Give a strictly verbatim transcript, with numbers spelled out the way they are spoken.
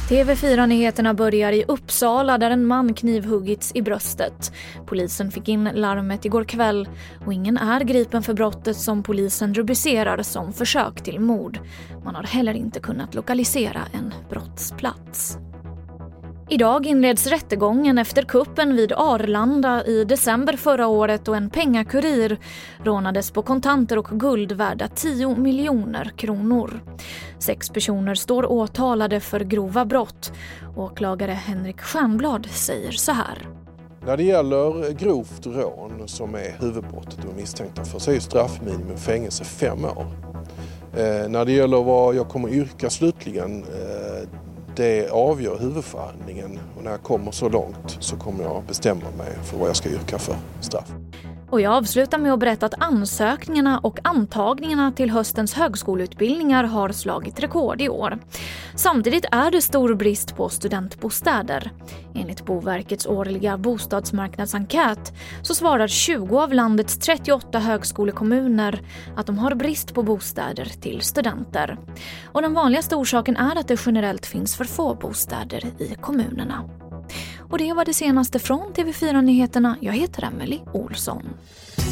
T V fyra-nyheterna börjar i Uppsala där en man knivhuggits i bröstet. Polisen fick in larmet igår kväll och ingen är gripen för brottet som polisen rubricerar som försök till mord. Man har heller inte kunnat lokalisera en brottsplats. Idag inleds rättegången efter kuppen vid Arlanda i december förra året och en pengakurir rånades på kontanter och guld värda tio miljoner kronor. Sex personer står åtalade för grova brott. Åklagare Henrik Stjernblad säger så här. När det gäller grovt rån som är huvudbrottet och misstänkta för så är straffminimum fängelse fem år. Eh, när det gäller vad jag kommer yrka slutligen eh, det avgör huvudförhandlingen och när jag kommer så långt så kommer jag bestämma mig för vad jag ska yrka för straff. Och jag avslutar med att berätta att ansökningarna och antagningarna till höstens högskoleutbildningar har slagit rekord i år. Samtidigt är det stor brist på studentbostäder. Enligt Boverkets årliga bostadsmarknadsenkät så svarar tjugo av landets trettioåtta högskolekommuner att de har brist på bostäder till studenter. Och den vanligaste orsaken är att det generellt finns för få bostäder i kommunerna. Och det var det senaste från T V fyra-nyheterna. Jag heter Emily Olsson.